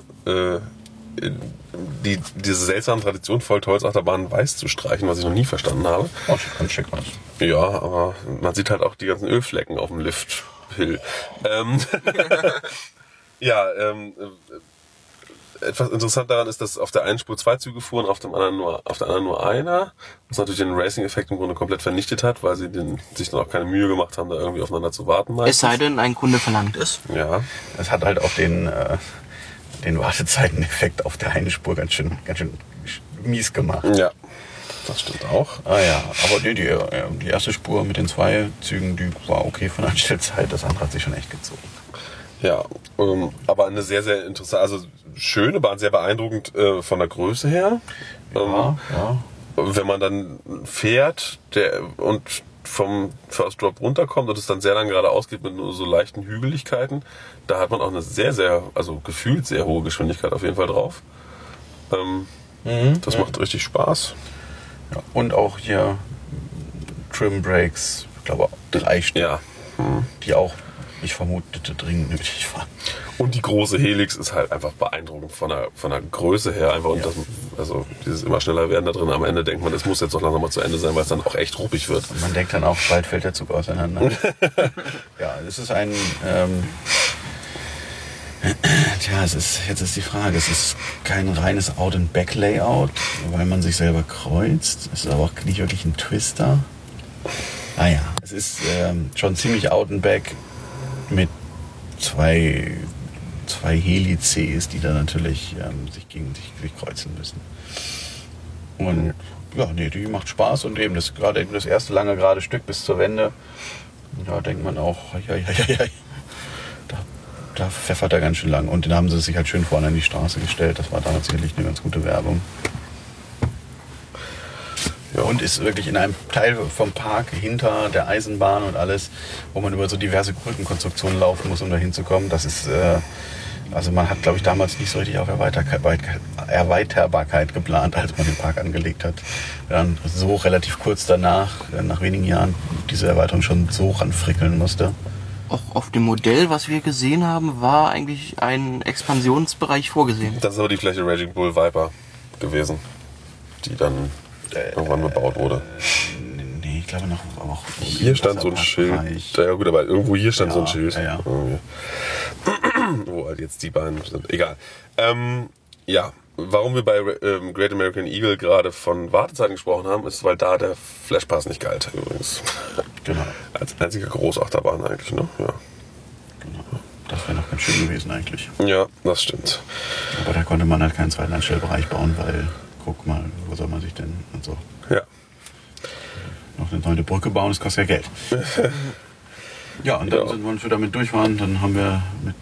die diese seltsame Tradition folgt, Holzachterbahnen weiß zu streichen, was ich noch nie verstanden habe. Oh, ganz schick was. Ja, aber man sieht halt auch die ganzen Ölflecken auf dem Lifthill. Ja, etwas interessant daran ist, dass auf der einen Spur 2 Züge fuhren, auf der anderen nur einer. Was natürlich den Racing-Effekt im Grunde komplett vernichtet hat, weil sie sich dann auch keine Mühe gemacht haben, da irgendwie aufeinander zu warten. Es sei denn, ein Kunde verlangt es. Ja. Es hat halt auch den Wartezeiteneffekt auf der einen Spur ganz schön mies gemacht. Ja, das stimmt auch. Ah ja, aber die erste Spur mit den 2 Zügen, die war okay von der Anstellzeit. Das andere hat sich schon echt gezogen. Ja, aber eine sehr, sehr interessante, also schöne Bahn, sehr beeindruckend von der Größe her. Ja. Wenn man dann fährt und vom First Drop runterkommt und es dann sehr lang geradeaus geht mit nur so leichten Hügeligkeiten, da hat man auch eine sehr, sehr, also gefühlt sehr hohe Geschwindigkeit auf jeden Fall drauf. Das macht richtig Spaß. Ja, und auch hier Trim Brakes, ich glaube 3 Stück, Ja. die auch, ich vermutete, dringend nötig waren. Und die große Helix ist halt einfach beeindruckend von der Größe her einfach. Und also dieses immer schneller werden da drin. Am Ende denkt man, es muss jetzt noch langsam mal zu Ende sein, weil es dann auch echt ruppig wird. Und man denkt dann auch, bald fällt der Zug auseinander. Ja, es ist ein... jetzt ist die Frage, es ist kein reines Out-and-Back-Layout, weil man sich selber kreuzt. Es ist aber auch nicht wirklich ein Twister. Naja, es ist schon ziemlich Out-and-Back mit zwei Helices, die dann natürlich sich gegenseitig durchkreuzen müssen. Und ja, nee, die macht Spaß und eben das erste lange gerade Stück bis zur Wende, da denkt man auch, da pfeffert er ganz schön lang. Und den haben sie sich halt schön vorne an die Straße gestellt. Das war damals sicherlich eine ganz gute Werbung. Ja. Und ist wirklich in einem Teil vom Park hinter der Eisenbahn und alles, wo man über so diverse Brückenkonstruktionen laufen muss, um da hinzukommen. Das ist, also man hat, glaube ich, damals nicht so richtig auf Erweiterbarkeit geplant, als man den Park angelegt hat. Dann so relativ kurz danach, nach wenigen Jahren, diese Erweiterung schon so ranfrickeln musste. Auch auf dem Modell, was wir gesehen haben, war eigentlich ein Expansionsbereich vorgesehen. Das ist aber die Fläche Raging Bull Viper gewesen, die dann irgendwann bebaut wurde. Nee, ich glaube noch auch. Hier stand so ein Schild. Ja gut, aber irgendwo hier stand so ein Schild. Ja. Wo halt jetzt die beiden sind. Egal. Ja, warum wir bei Great American Eagle gerade von Wartezeiten gesprochen haben, ist, weil da der Flashpass nicht galt übrigens. Genau. Als einzige Großachterbahn eigentlich, ne? Ja. Genau. Das wäre noch ganz schön gewesen eigentlich. Ja, das stimmt. Aber da konnte man halt keinen zweiten Anstellbereich bauen, weil, guck mal, wo soll man sich denn und so. Ja. Noch eine neue Brücke bauen, das kostet ja Geld. Ja, und dann sind wir, als wir damit durch waren, dann haben wir mit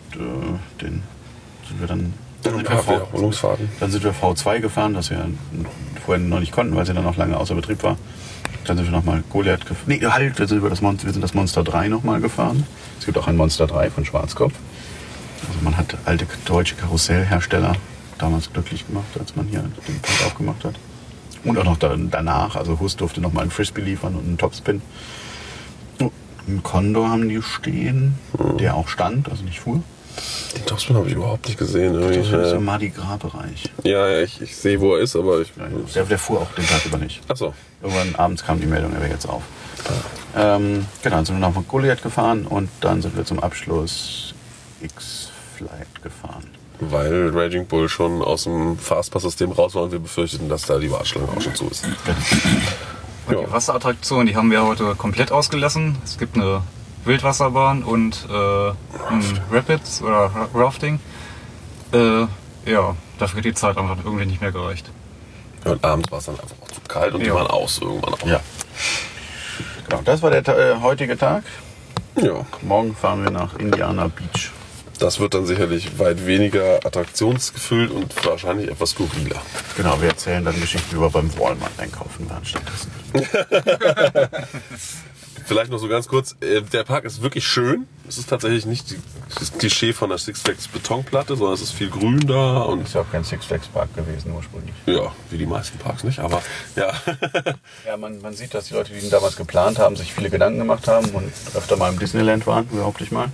dann sind wir V2 gefahren, das wir vorhin noch nicht konnten, weil sie dann noch lange außer Betrieb war. Dann sind wir nochmal Goliath gefahren. Nee, halt, wir sind das Monster 3 nochmal gefahren. Es gibt auch ein Monster 3 von Schwarzkopf. Also man hat alte deutsche Karussellhersteller damals glücklich gemacht, als man hier den Park aufgemacht hat. Und auch noch danach, also Hus durfte nochmal einen Frisbee liefern und einen Topspin. Einen Condor haben die stehen, der auch stand, also nicht fuhr. Den Topspin habe ich überhaupt nicht gesehen. Das ist im Mardi Gras-Bereich. Ja, ich sehe, wo er ist, aber der fuhr auch den Tag über nicht. Ach so. Irgendwann abends kam die Meldung, er wäre jetzt auf. Genau, dann sind wir nach Goliath gefahren und dann sind wir zum Abschluss X-Flight gefahren. Weil Raging Bull schon aus dem Fastpass-System raus war und wir befürchteten, dass da die Warteschlange auch schon zu ist. Und die Wasserattraktion, die haben wir heute komplett ausgelassen. Es gibt eine Wildwasserbahn und ein Rapids oder Rafting. Ja, dafür hat die Zeit einfach irgendwie nicht mehr gereicht. Und abends war es dann einfach auch zu kalt und die waren aus irgendwann auch. Ja. Genau, das war der heutige Tag. Ja. Morgen fahren wir nach Indiana Beach. Das wird dann sicherlich weit weniger attraktionsgefüllt und wahrscheinlich etwas skurriler. Genau, wir erzählen dann Geschichten, wie wir beim Walmart einkaufen waren stattdessen. Vielleicht noch so ganz kurz, der Park ist wirklich schön. Es ist tatsächlich nicht das Klischee von der Six Flags Betonplatte, sondern es ist viel Grün da. Und Ist ja auch kein Six Flags Park gewesen ursprünglich. ja, wie die meisten Parks nicht, aber ja. Ja, man sieht, dass die Leute, die ihn damals geplant haben, sich viele Gedanken gemacht haben und öfter mal im Disneyland waren, behaupte ich mal.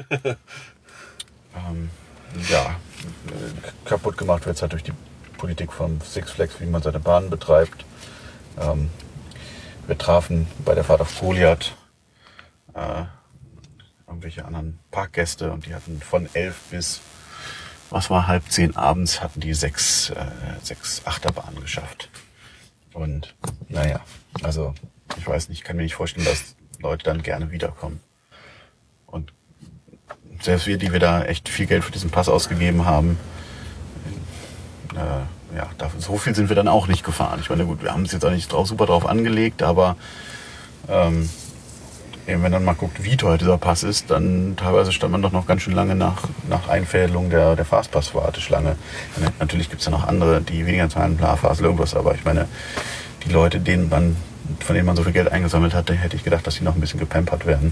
Ja, kaputt gemacht wird es halt durch die Politik von Six Flags, wie man seine Bahnen betreibt. Wir trafen bei der Fahrt auf Goliath irgendwelche anderen Parkgäste und die hatten von 11 bis, was war, 9:30 abends, hatten die sechs Achterbahnen geschafft. Und naja, also ich weiß nicht, ich kann mir nicht vorstellen, dass Leute dann gerne wiederkommen. Und selbst wir, die wir da echt viel Geld für diesen Pass ausgegeben haben, ja, so viel sind wir dann auch nicht gefahren. Ich meine, gut, wir haben es jetzt auch nicht super drauf angelegt, aber eben wenn man mal guckt, wie teuer dieser Pass ist, dann teilweise stand man doch noch ganz schön lange nach Einfädelung der Fastpass-Warteschlange. Natürlich gibt es ja noch andere, die weniger zahlen, Bla-Fasel, irgendwas, aber ich meine, die Leute, von denen man so viel Geld eingesammelt hat, hätte ich gedacht, dass die noch ein bisschen gepampert werden.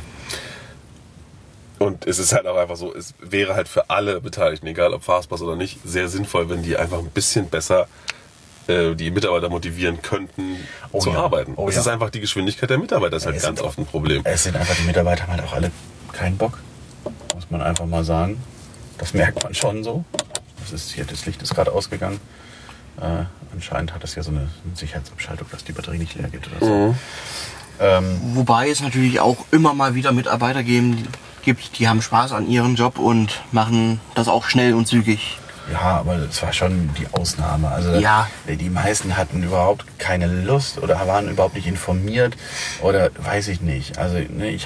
Und es ist halt auch einfach so, es wäre halt für alle Beteiligten, egal ob Fastpass oder nicht, sehr sinnvoll, wenn die einfach ein bisschen besser die Mitarbeiter motivieren könnten zu arbeiten. Es ist einfach die Geschwindigkeit der Mitarbeiter, ist halt ganz oft ein Problem. Es sind einfach, die Mitarbeiter haben halt auch alle keinen Bock, muss man einfach mal sagen. Das merkt man schon so. Das Licht ist gerade ausgegangen. Anscheinend hat das ja so eine Sicherheitsabschaltung, dass die Batterie nicht leer geht oder so. Wobei es natürlich auch immer mal wieder Mitarbeiter gibt, die haben Spaß an ihrem Job und machen das auch schnell und zügig. Ja, aber das war schon die Ausnahme. Also ja. Die meisten hatten überhaupt keine Lust oder waren überhaupt nicht informiert oder weiß ich nicht. Also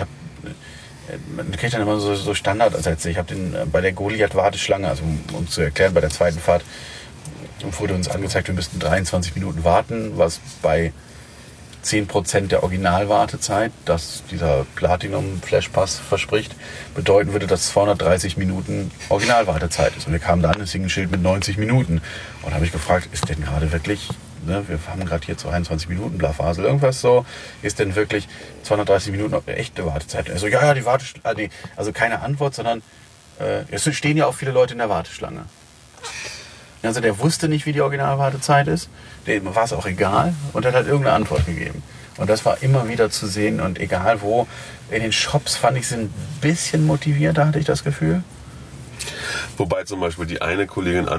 man kriegt dann immer so Standardersätze. Ich habe bei der Goliath-Warteschlange, also um zu erklären, bei der zweiten Fahrt wurde uns angezeigt, wir müssten 23 Minuten warten, was bei 10% der Originalwartezeit, das dieser Platinum-Flashpass verspricht, bedeuten würde, dass 230 Minuten Originalwartezeit ist. Und wir kamen da an, es hing ein Schild mit 90 Minuten. Und da habe ich gefragt, ist denn gerade wirklich, ne, wir haben gerade hier 22 Minuten Blafasel, irgendwas so, ist denn wirklich 230 Minuten echte Wartezeit? Also ja, die Warteschlange, also keine Antwort, sondern es stehen ja auch viele Leute in der Warteschlange. Also der wusste nicht, wie die Originalwartezeit ist. Dem war es auch egal und hat halt irgendeine Antwort gegeben. Und das war immer wieder zu sehen und egal wo. In den Shops fand ich sie ein bisschen motivierter, hatte ich das Gefühl. Wobei zum Beispiel die eine Kollegin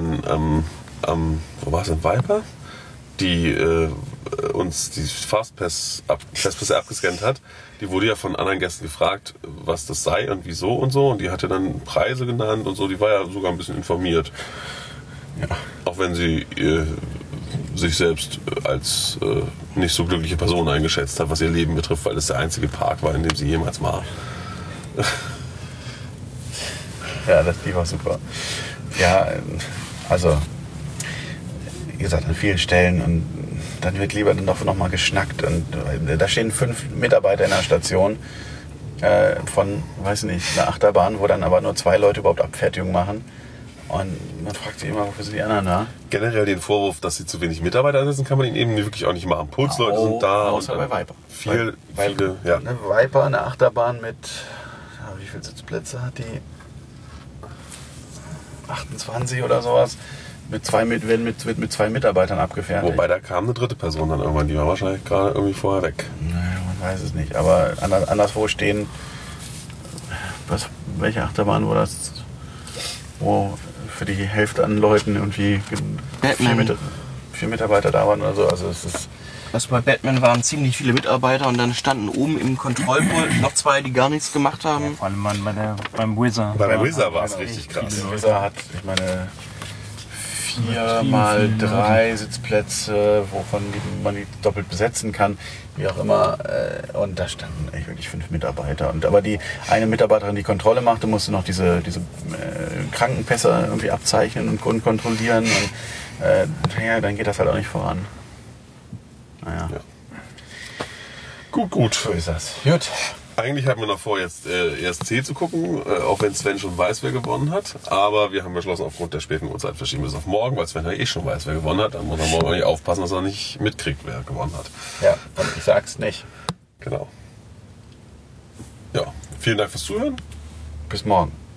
wo war es, in Viper? Die uns die Fastpass abgescannt hat, die wurde ja von anderen Gästen gefragt, was das sei und wieso und so. Und die hatte dann Preise genannt und so. Die war ja sogar ein bisschen informiert. Ja. Auch wenn sie sich selbst als nicht so glückliche Person eingeschätzt hat, was ihr Leben betrifft, weil es der einzige Park war, in dem sie jemals war. Ja, die war super. Ja, also wie gesagt, an vielen Stellen und dann wird lieber noch mal geschnackt und da stehen 5 Mitarbeiter in der Station von, weiß nicht, einer Achterbahn, wo dann aber nur 2 Leute überhaupt Abfertigung machen. Und man fragt sich immer, wofür sind die anderen da? Generell den Vorwurf, dass sie zu wenig Mitarbeiter einsetzen, kann man ihnen eben wirklich auch nicht machen. Pulsleute sind da. Außer bei Viper. Viele, ja. Eine Viper, eine Achterbahn mit, wie viele Sitzplätze hat die? 28 oder sowas. Werden mit 2 Mitarbeitern abgefertigt. Wobei da kam eine dritte Person dann irgendwann, die war wahrscheinlich gerade irgendwie vorher weg. Naja, man weiß es nicht. Aber anderswo stehen, welche Achterbahn war das? Wo für die Hälfte an Leuten irgendwie 4 Mitarbeiter da waren oder so. Also es ist. Also bei Batman waren ziemlich viele Mitarbeiter und dann standen oben im Kontrollpult noch 2, die gar nichts gemacht haben. Ja, vor allem beim Wizard. Beim Wizard war es richtig krass. Der Wizard hat, ich meine, 4x3 Sitzplätze, wovon man die doppelt besetzen kann, wie auch immer. Und da standen echt wirklich 5 Mitarbeiter. Aber die eine Mitarbeiterin, die Kontrolle machte, musste noch diese Krankenpässe irgendwie abzeichnen und kontrollieren. Und dann geht das halt auch nicht voran. Naja. Ja. Gut. So ist das. Gut. Eigentlich hatten wir noch vor, jetzt ESC zu gucken, auch wenn Sven schon weiß, wer gewonnen hat. Aber wir haben beschlossen, aufgrund der späten Uhrzeit verschieben wir es auf morgen, weil Sven ja schon weiß, wer gewonnen hat. Dann muss er morgen irgendwie aufpassen, dass er nicht mitkriegt, wer gewonnen hat. Ja, und ich sag's nicht. Genau. Ja, vielen Dank fürs Zuhören. Bis morgen.